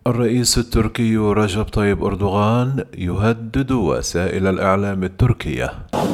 الرئيس التركي رجب طيب أردوغان يهدد وسائل الإعلام التركية.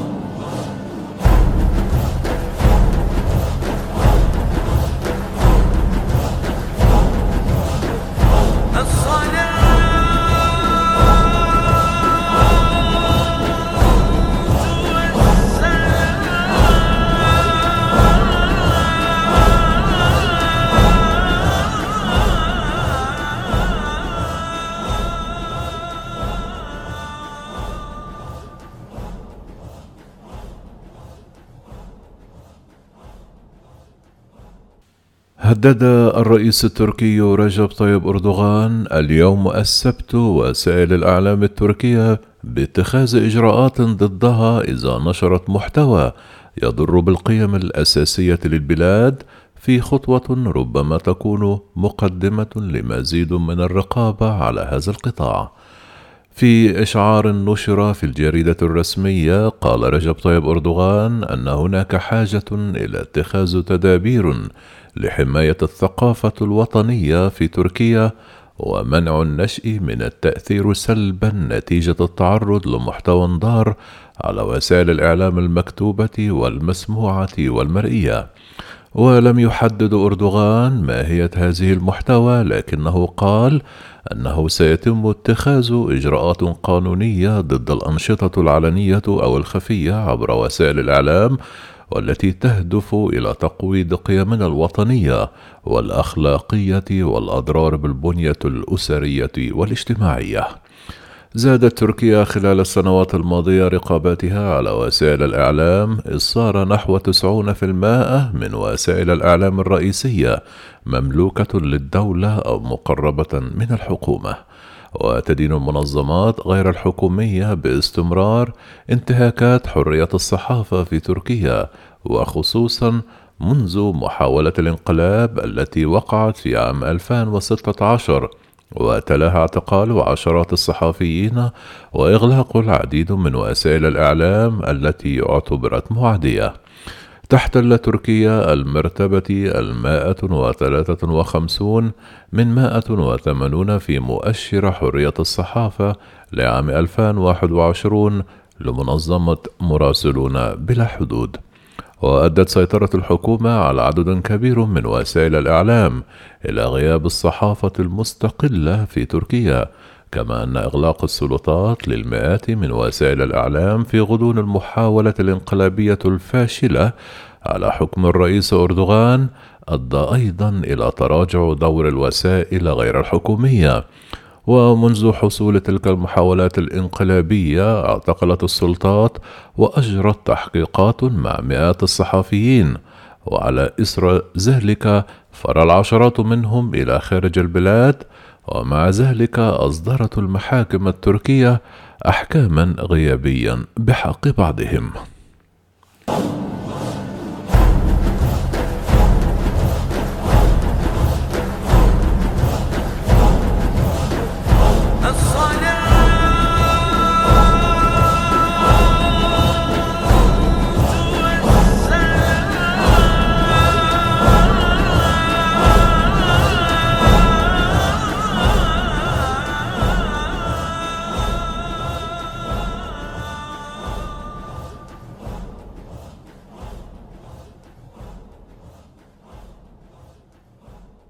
هدد الرئيس التركي رجب طيب أردوغان اليوم السبت وسائل الإعلام التركية باتخاذ إجراءات ضدها إذا نشرت محتوى يضر بالقيم الأساسية للبلاد، في خطوة ربما تكون مقدمة لمزيد من الرقابة على هذا القطاع. في إشعار نشر في الجريدة الرسمية، قال رجب طيب أردوغان أن هناك حاجة إلى اتخاذ تدابير لحماية الثقافة الوطنية في تركيا ومنع النشء من التأثير سلبا نتيجة التعرض لمحتوى ضار على وسائل الإعلام المكتوبة والمسموعة والمرئية. ولم يحدد أردوغان ماهية هذه المحتوى، لكنه قال أنه سيتم اتخاذ إجراءات قانونية ضد الأنشطة العلنية أو الخفية عبر وسائل الإعلام، والتي تهدف إلى تقويض قيمنا الوطنية والأخلاقية والأضرار بالبنية الأسرية والاجتماعية. زادت تركيا خلال السنوات الماضية رقاباتها على وسائل الإعلام، إذ صار نحو 90% من وسائل الإعلام الرئيسية مملوكة للدولة أو مقربة من الحكومة. وتدين المنظمات غير الحكومية باستمرار انتهاكات حرية الصحافة في تركيا، وخصوصا منذ محاولة الانقلاب التي وقعت في عام 2016 وتلاها اعتقال عشرات الصحفيين وإغلاق العديد من وسائل الإعلام التي اعتبرت معادية. تحتل تركيا المرتبة 153 من 180 في مؤشر حرية الصحافة لعام 2021 لمنظمة مراسلون بلا حدود. وأدت سيطرة الحكومة على عدد كبير من وسائل الإعلام إلى غياب الصحافة المستقلة في تركيا، كما أن إغلاق السلطات للمئات من وسائل الإعلام في غضون المحاولة الانقلابية الفاشلة على حكم الرئيس أردوغان أدى أيضا إلى تراجع دور الوسائل غير الحكومية. ومنذ حصول تلك المحاولات الانقلابية، اعتقلت السلطات وأجرت تحقيقات مع مئات الصحفيين، وعلى إثر ذلك فر العشرات منهم إلى خارج البلاد. ومع ذلك أصدرت المحاكم التركية أحكاما غيابيا بحق بعضهم.